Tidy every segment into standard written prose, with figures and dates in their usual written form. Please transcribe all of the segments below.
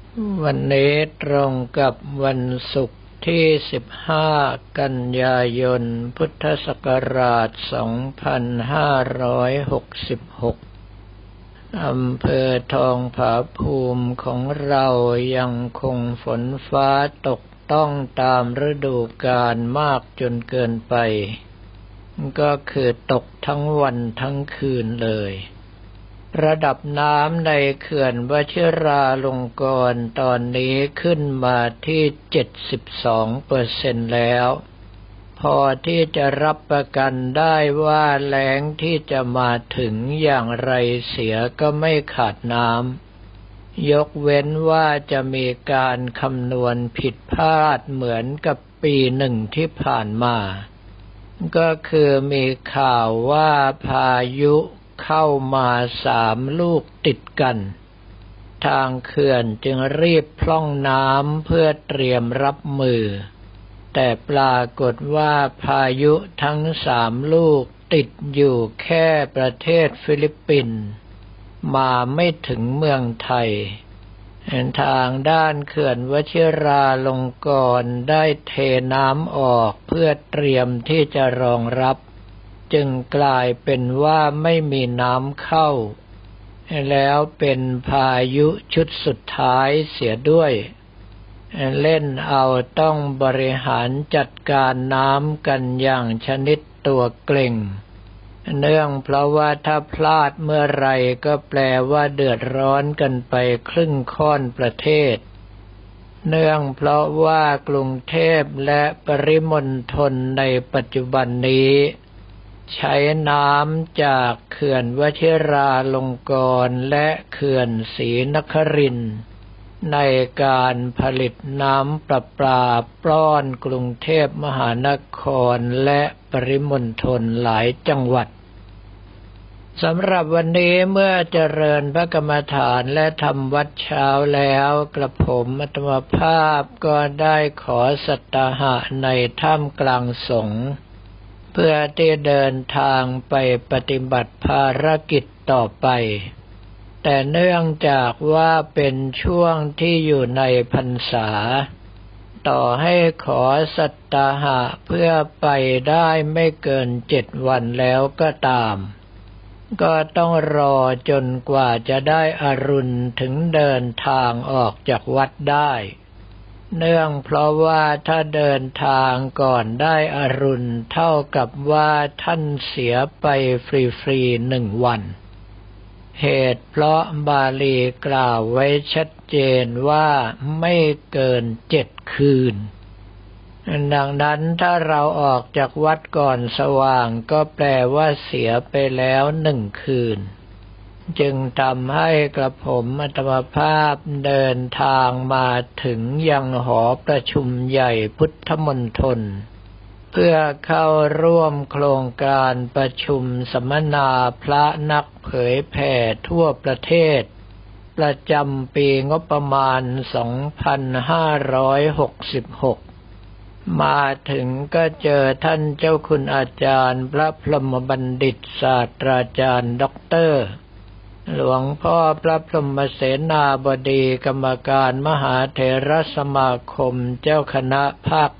วันนี้ตรงกับวันศุกร์ที่15กันยายนพุทธศักราช2566อำเภอทองผาภูมิของเรายังคงฝนฟ้าตกต้องตามฤดูกาลมากจนเกินไปก็คือตกทั้งวันทั้งคืนเลยระดับน้ำในเขื่อนวชิราลงกรณ์ตอนนี้ขึ้นมาที่ 72% แล้วพอที่จะรับประกันได้ว่าแล้งที่จะมาถึงอย่างไรเสียก็ไม่ขาดน้ำยกเว้นว่าจะมีการคำนวณผิดพลาดเหมือนกับปีหนึ่งที่ผ่านมาก็คือมีข่าวว่าพายุเข้ามา3 ลูกติดกันทางเขื่อนจึงรีบพร่องน้ำเพื่อเตรียมรับมือแต่ปรากฏว่าพายุทั้ง3 ลูกติดอยู่แค่ประเทศฟิลิปปินส์มาไม่ถึงเมืองไทยทางด้านเขื่อนวชิราลงกรณ์ได้เทน้ำออกเพื่อเตรียมที่จะรองรับจึงกลายเป็นว่าไม่มีน้ำเข้าแล้วเป็นพายุชุดสุดท้ายเสียด้วยเล่นเอาต้องบริหารจัดการน้ำกันอย่างชนิดตัวเกร็งเนื่องเพราะว่าถ้าพลาดเมื่อไรก็แปลว่าเดือดร้อนกันไปครึ่งค่อนประเทศเนื่องเพราะว่ากรุงเทพและปริมณฑลในปัจจุบันนี้ใช้น้ำจากเขื่อนวชิราลงกรณ์และเขื่อนศรีนครินทร์ในการผลิตน้ำประปาปล้อนกรุงเทพมหานครและปริมณฑลหลายจังหวัดสำหรับวันนี้เมื่อเจริญพระกรรมฐานและทำวัดเช้าแล้วกระผมอัตมภาพก็ได้ขอสัตตหะในท่ามกลางสงฆ์เพื่อที่เดินทางไปปฏิบัติภารกิจต่อไปแต่เนื่องจากว่าเป็นช่วงที่อยู่ในพรรษาต่อให้ขอสัตตหะเพื่อไปได้ไม่เกิน7 วันแล้วก็ตามก็ต้องรอจนกว่าจะได้อรุณถึงเดินทางออกจากวัดได้เนื่องเพราะว่าถ้าเดินทางก่อนได้อรุณเท่ากับว่าท่านเสียไปฟรีๆ1 วันเหตุเพราะบาลีกล่าวไว้ชัดเจนว่าไม่เกิน7 คืนดังนั้นถ้าเราออกจากวัดก่อนสว่างก็แปลว่าเสียไปแล้ว1 คืนจึงทำให้กระผมอัตมภาพเดินทางมาถึงยังหอประชุมใหญ่พุทธมณฑลเพื่อเข้าร่วมโครงการประชุมสัมมนาพระนักเผยแผ่ทั่วประเทศประจำปีงบประมาณ 2566 มาถึงก็เจอท่านเจ้าคุณอาจารย์พระพรหมบัณฑิตศาสตราจารย์ด็อกเตอร์หลวงพ่อพระพรหมเสนาบดีกรรมการมหาเถรสมาคมเจ้าคณะภาค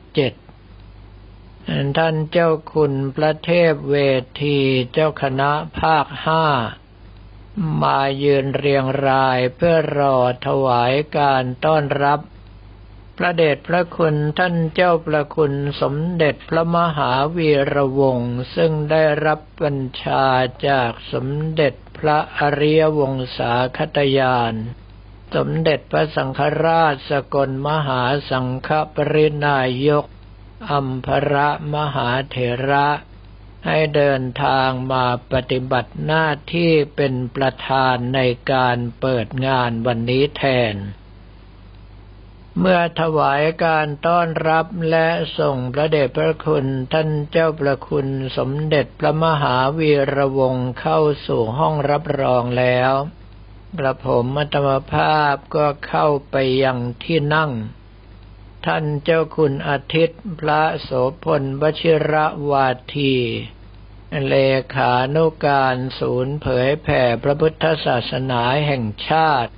7ท่านเจ้าคุณพระเทพเวทีเจ้าคณะภาค5มายืนเรียงรายเพื่อรอถวายการต้อนรับพระเดชพระคุณท่านเจ้าประคุณสมเด็จพระมหาวีระวงศ์ซึ่งได้รับบัญชาจากสมเด็จพระอริยวงศาคตญาณสมเด็จพระสังฆราชสกลมหาสังฆปรินายกอัมพรมหาเถระให้เดินทางมาปฏิบัติหน้าที่เป็นประธานในการเปิดงานวันนี้แทนเมื่อถวายการต้อนรับและส่งพระเดชพระคุณท่านเจ้าประคุณสมเด็จพระมหาวีระวงศ์เข้าสู่ห้องรับรองแล้วกระผมอัตมภาพก็เข้าไปยังที่นั่งท่านเจ้าคุณอาทิตย์พระโสพลวชิรวาทีเลขานุการศูนย์เผยแผ่พระพุทธศาสนาแห่งชาติ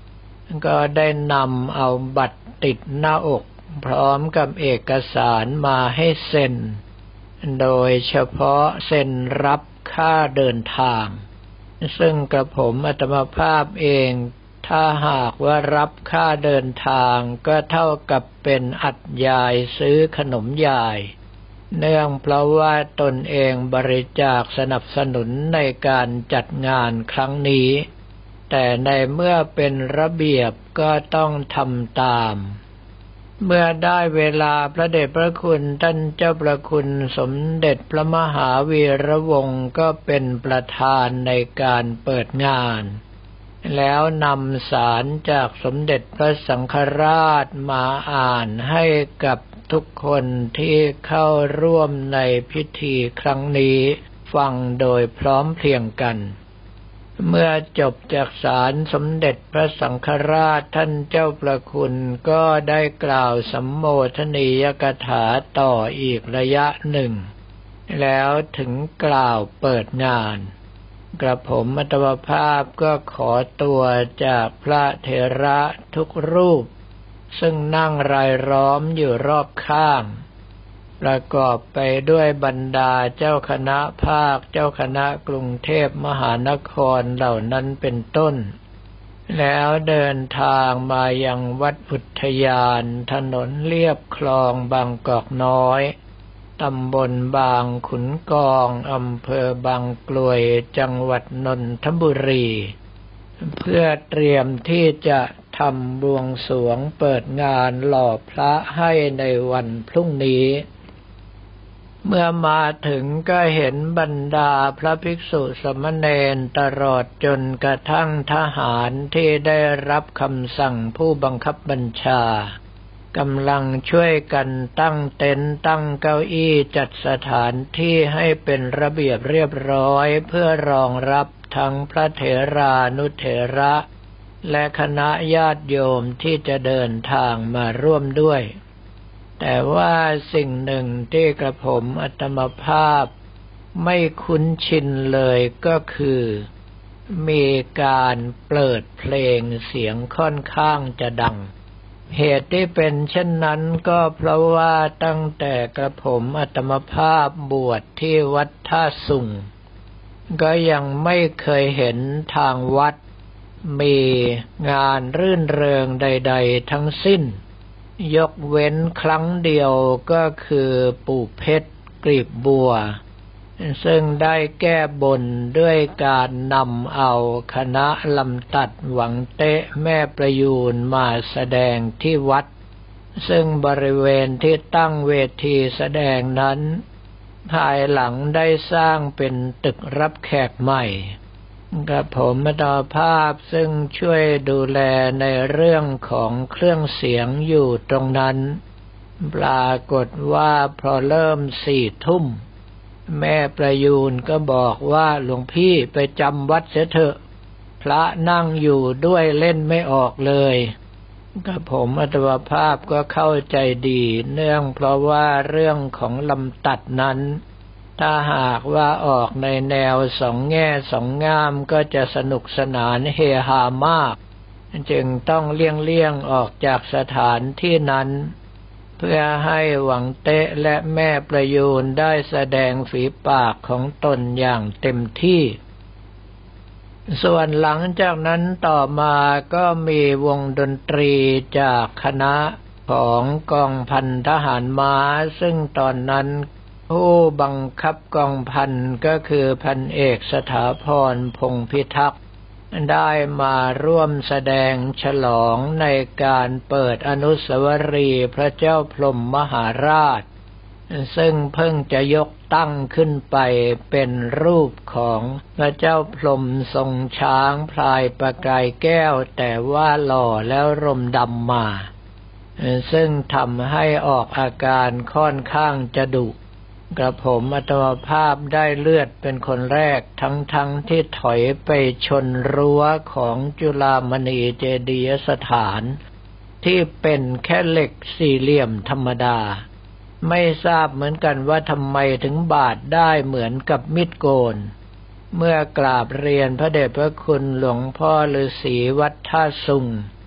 ก็ได้นำเอาบัตรติดหน้าอกพร้อมกับเอกสารมาให้เซ็นโดยเฉพาะเซ็นรับค่าเดินทางซึ่งกระผมอาตมาภาพเองถ้าหากว่ารับค่าเดินทางก็เท่ากับเป็นอัดยายซื้อขนมยายเนื่องเพราะว่าตนเองบริจาคสนับสนุนในการจัดงานครั้งนี้แต่ในเมื่อเป็นระเบียบก็ต้องทำตามเมื่อได้เวลาพระเดชพระคุณท่านเจ้าประคุณสมเด็จพระมหาวีระวงศ์ก็เป็นประธานในการเปิดงานแล้วนำสารจากสมเด็จพระสังฆราชมาอ่านให้กับทุกคนที่เข้าร่วมในพิธีครั้งนี้ฟังโดยพร้อมเพรียงกันเมื่อจบจากสารสมเด็จพระสังฆราชท่านเจ้าประคุณก็ได้กล่าวสัมโมทนียกถาต่ออีกระยะหนึ่งแล้วถึงกล่าวเปิดงานกระผมอัตมภาพก็ขอตัวจากพระเถระทุกรูปซึ่งนั่งรายล้อมอยู่รอบข้างประกอบไปด้วยบรรดาเจ้าคณะภาคเจ้าคณะกรุงเทพมหานครเหล่านั้นเป็นต้นแล้วเดินทางมายังวัดอุทยานถนนเลียบคลองบางกอกน้อยตำบลบางขุนกองอำเภอบางกลวยจังหวัดนนทบุรีเพื่อเตรียมที่จะทำบวงสรวงเปิดงานหล่อพระให้ในวันพรุ่งนี้เมื่อมาถึงก็เห็นบรรดาพระภิกษุสามเณรตลอดจนกระทั่งทหารที่ได้รับคำสั่งผู้บังคับบัญชากำลังช่วยกันตั้งเต็นท์ตั้งเก้าอี้จัดสถานที่ให้เป็นระเบียบเรียบร้อยเพื่อรองรับทั้งพระเถรานุเถระและคณะญาติโยมที่จะเดินทางมาร่วมด้วยแต่ว่าสิ่งหนึ่งที่กระผมอาตมภาพไม่คุ้นชินเลยก็คือมีการเปิดเพลงเสียงค่อนข้างจะดังเหตุที่เป็นเช่นนั้นก็เพราะว่าตั้งแต่กระผมอาตมภาพบวชที่วัดท่าสุงก็ยังไม่เคยเห็นทางวัดมีงานรื่นเริงใดๆทั้งสิ้นยกเว้นครั้งเดียวก็คือปู่เพชรกลีบบัวซึ่งได้แก้บนด้วยการนำเอาคณะลำตัดหวังเตะแม่ประยูนมาแสดงที่วัดซึ่งบริเวณที่ตั้งเวทีแสดงนั้นภายหลังได้สร้างเป็นตึกรับแขกใหม่กระผมอัตภาพซึ่งช่วยดูแลในเรื่องของเครื่องเสียงอยู่ตรงนั้นปรากฏว่าพอเริ่ม4 ทุ่มแม่ประยูนก็บอกว่าหลวงพี่ไปจำวัดเสียเถอะพระนั่งอยู่ด้วยเล่นไม่ออกเลยกระผมอัตภาพก็เข้าใจดีเนื่องเพราะว่าเรื่องของลำตัดนั้นถ้าหากว่าออกในแนวสองแง่สองงามก็จะสนุกสนานเฮฮามากจึงต้องเลี่ยงออกจากสถานที่นั้นเพื่อให้หวังเตะและแม่ประยูนได้แสดงฝีปากของตนอย่างเต็มที่ส่วนหลังจากนั้นต่อมาก็มีวงดนตรีจากคณะของกองพันทหารม้าซึ่งตอนนั้นผู้บังคับกองพันก็คือพันเอกสถาพรพงษ์พิทักษ์ได้มาร่วมแสดงฉลองในการเปิดอนุสาวรีย์พระเจ้าพรหมมหาราชซึ่งเพิ่งจะยกตั้งขึ้นไปเป็นรูปของพระเจ้าพรหมทรงช้างพลายประกายแก้วแต่ว่าหล่อแล้วรมดำมาซึ่งทำให้ออกอาการค่อนข้างจะดุกระผมอัตภาพได้เลือดเป็นคนแรกทั้งที่ถอยไปชนรั้วของจุฬามณีเจดียสถานที่เป็นแค่เหล็กสี่เหลี่ยมธรรมดาไม่ทราบเหมือนกันว่าทำไมถึงบาดได้เหมือนกับมีดโกนเมื่อกราบเรียนพระเดชพระคุณหลวงพ่อฤาษีวัดท่าสุง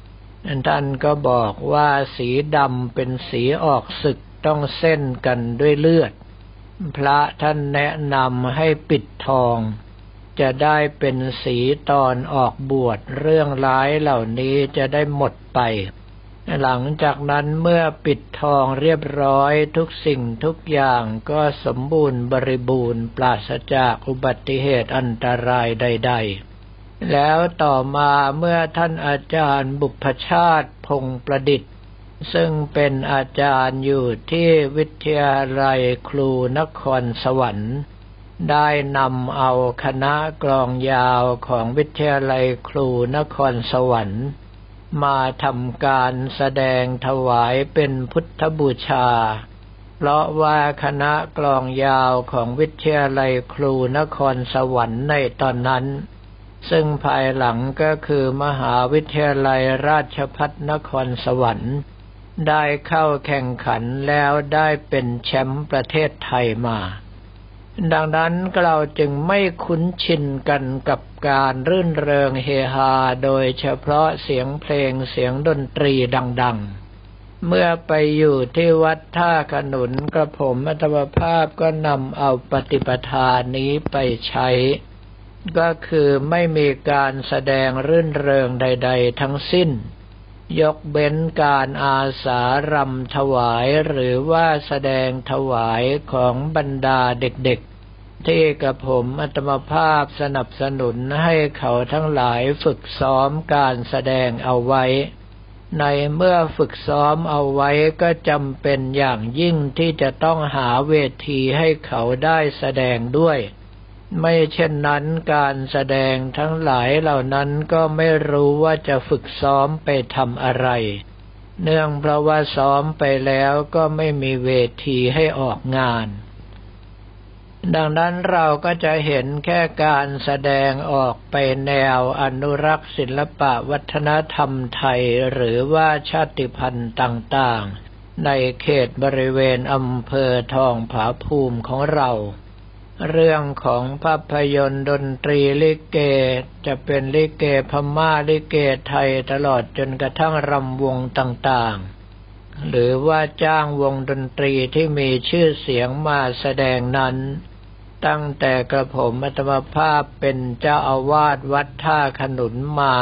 ท่านก็บอกว่าสีดำเป็นสีออกศึกต้องเส้นกันด้วยเลือดพระท่านแนะนำให้ปิดทองจะได้เป็นสีตอนออกบวชเรื่องร้ายเหล่านี้จะได้หมดไปหลังจากนั้นเมื่อปิดทองเรียบร้อยทุกสิ่งทุกอย่างก็สมบูรณ์บริบูรณ์ปราศจากอุบัติเหตุอันตรายใดๆแล้วต่อมาเมื่อท่านอาจารย์บุพชาติพงษ์ประดิษฐ์ซึ่งเป็นอาจารย์อยู่ที่วิทยาลัยครูนครสวรรค์ได้นำเอาคณะกลองยาวของวิทยาลัยครูนครสวรรค์มาทำการแสดงถวายเป็นพุทธบูชาเพราะว่าคณะกลองยาวของวิทยาลัยครูนครสวรรค์ในตอนนั้นซึ่งภายหลังก็คือมหาวิทยาลัยราชภัฏนครสวรรค์ได้เข้าแข่งขันแล้วได้เป็นแชมป์ประเทศไทยมาดังนั้นเราจึงไม่คุ้นชินกันกับการรื่นเริงเฮฮาโดยเฉพาะเสียงเพลงเสียงดนตรีดังๆเมื่อไปอยู่ที่วัดท่าขนุนกระผมอัตมภาพก็นำเอาปฏิปทานี้ไปใช้ก็คือไม่มีการแสดงรื่นเริงใดๆทั้งสิ้นยกเว้นการอาสารำถวายหรือว่าแสดงถวายของบรรดาเด็กๆที่กระผมอัตมภาพสนับสนุนให้เขาทั้งหลายฝึกซ้อมการแสดงเอาไว้ในเมื่อฝึกซ้อมเอาไว้ก็จำเป็นอย่างยิ่งที่จะต้องหาเวทีให้เขาได้แสดงด้วยไม่เช่นนั้นการแสดงทั้งหลายเหล่านั้นก็ไม่รู้ว่าจะฝึกซ้อมไปทำอะไรเนื่องเพราะว่าซ้อมไปแล้วก็ไม่มีเวทีให้ออกงานดังนั้นเราก็จะเห็นแค่การแสดงออกไปแนวอนุรักษ์ศิลปะวัฒนธรรมไทยหรือว่าชาติพันธุ์ต่างๆในเขตบริเวณอำเภอทองผาภูมิของเราเรื่องของภาพยนตร์ดนตรีลิเกจะเป็นลิเกพม่าลิเกไทยตลอดจนกระทั่งรำวงต่างๆหรือว่าจ้างวงดนตรีที่มีชื่อเสียงมาแสดงนั้นตั้งแต่กระผมอัตมภาพเป็นเจ้าอาวาสวัดท่าขนุนมา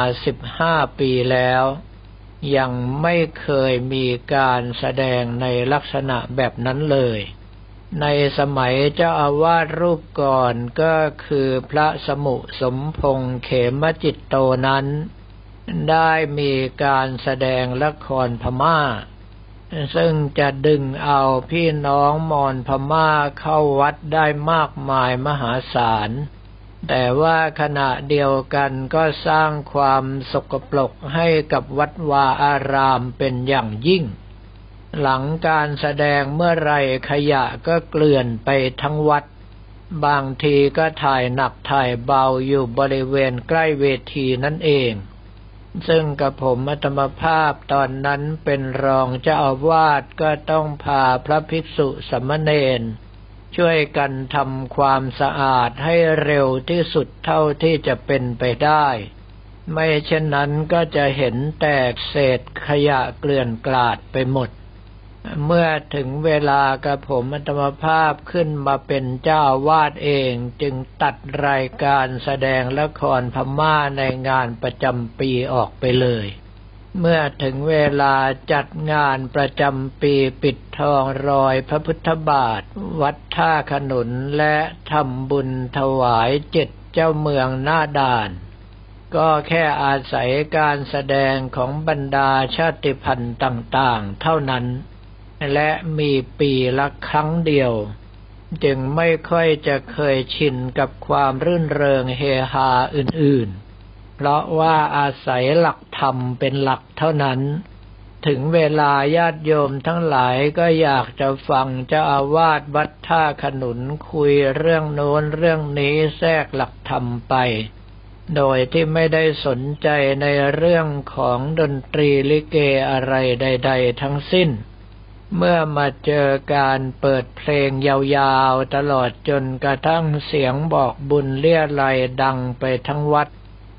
15 ปีแล้วยังไม่เคยมีการแสดงในลักษณะแบบนั้นเลยในสมัยเจ้าอาวาสรูปก่อนก็คือพระสมุสมพงษ์เขมจิตโตนั้นได้มีการแสดงละครพม่าซึ่งจะดึงเอาพี่น้องมอญพม่าเข้าวัดได้มากมายมหาศาลแต่ว่าขณะเดียวกันก็สร้างความสกปรกให้กับวัดวาอารามเป็นอย่างยิ่งหลังการแสดงเมื่อไรขยะก็เกลื่อนไปทั้งวัดบางทีก็ถ่ายหนักถ่ายเบาอยู่บริเวณใกล้เวทีนั่นเองซึ่งกับผมอัตมภาพตอนนั้นเป็นรองเจ้าอาวาสก็ต้องพาพระภิกษุสามเณรช่วยกันทำความสะอาดให้เร็วที่สุดเท่าที่จะเป็นไปได้ไม่เช่นนั้นก็จะเห็นแต่เศษขยะเกลื่อนกลาดไปหมดเมื่อถึงเวลากระผมอัตมภาพขึ้นมาเป็นเจ้าอาวาสเองจึงตัดรายการแสดงละครพม่าในงานประจำปีออกไปเลยเมื่อถึงเวลาจัดงานประจำปีปิดทองรอยพระพุทธบาทวัดท่าขนุนและทำบุญถวาย7 เจ้าเมืองหน้าด่านก็แค่อาศัยการแสดงของบรรดาชาติพันธุ์ต่างๆเท่านั้นและมีปีละครั้งเดียวจึงไม่ค่อยจะเคยชินกับความรื่นเริงเฮฮาอื่นๆเพราะว่าอาศัยหลักธรรมเป็นหลักเท่านั้นถึงเวลาญาติโยมทั้งหลายก็อยากจะฟังเจ้าอาวาสวัดท่าขนุนคุยเรื่องโน้นเรื่องนี้แทรกหลักธรรมไปโดยที่ไม่ได้สนใจในเรื่องของดนตรีลิเกอะไรใดๆทั้งสิ้นเมื่อมาเจอการเปิดเพลงยาวๆตลอดจนกระทั่งเสียงบอกบุญเรี่ยไรดังไปทั้งวัด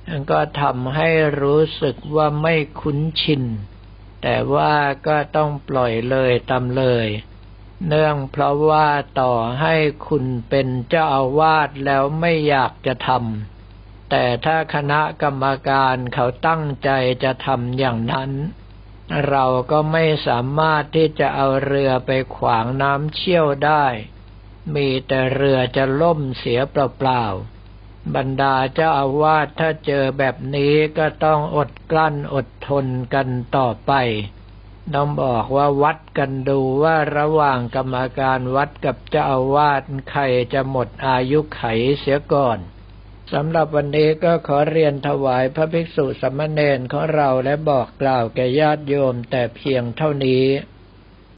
ก็ทำให้รู้สึกว่าไม่คุ้นชินแต่ว่าก็ต้องปล่อยเลยตามเลยเนื่องเพราะว่าต่อให้คุณเป็นเจ้าอาวาสแล้วไม่อยากจะทำแต่ถ้าคณะกรรมการเขาตั้งใจจะทำอย่างนั้นเราก็ไม่สามารถที่จะเอาเรือไปขวางน้ำเชี่ยวได้มีแต่เรือจะล่มเสียเปล่าๆบรรดาเจ้าอาวาสถ้าเจอแบบนี้ก็ต้องอดกลั้นอดทนกันต่อไปต้องบอกว่าวัดกันดูว่าระหว่างกรรมการวัดกับเจ้าอาวาสใครจะหมดอายุไขเสียก่อนสำหรับวันนี้ก็ขอเรียนถวายพระภิกษุสามเณรของเราและบอกกล่าวแก่ญาติโยมแต่เพียงเท่านี้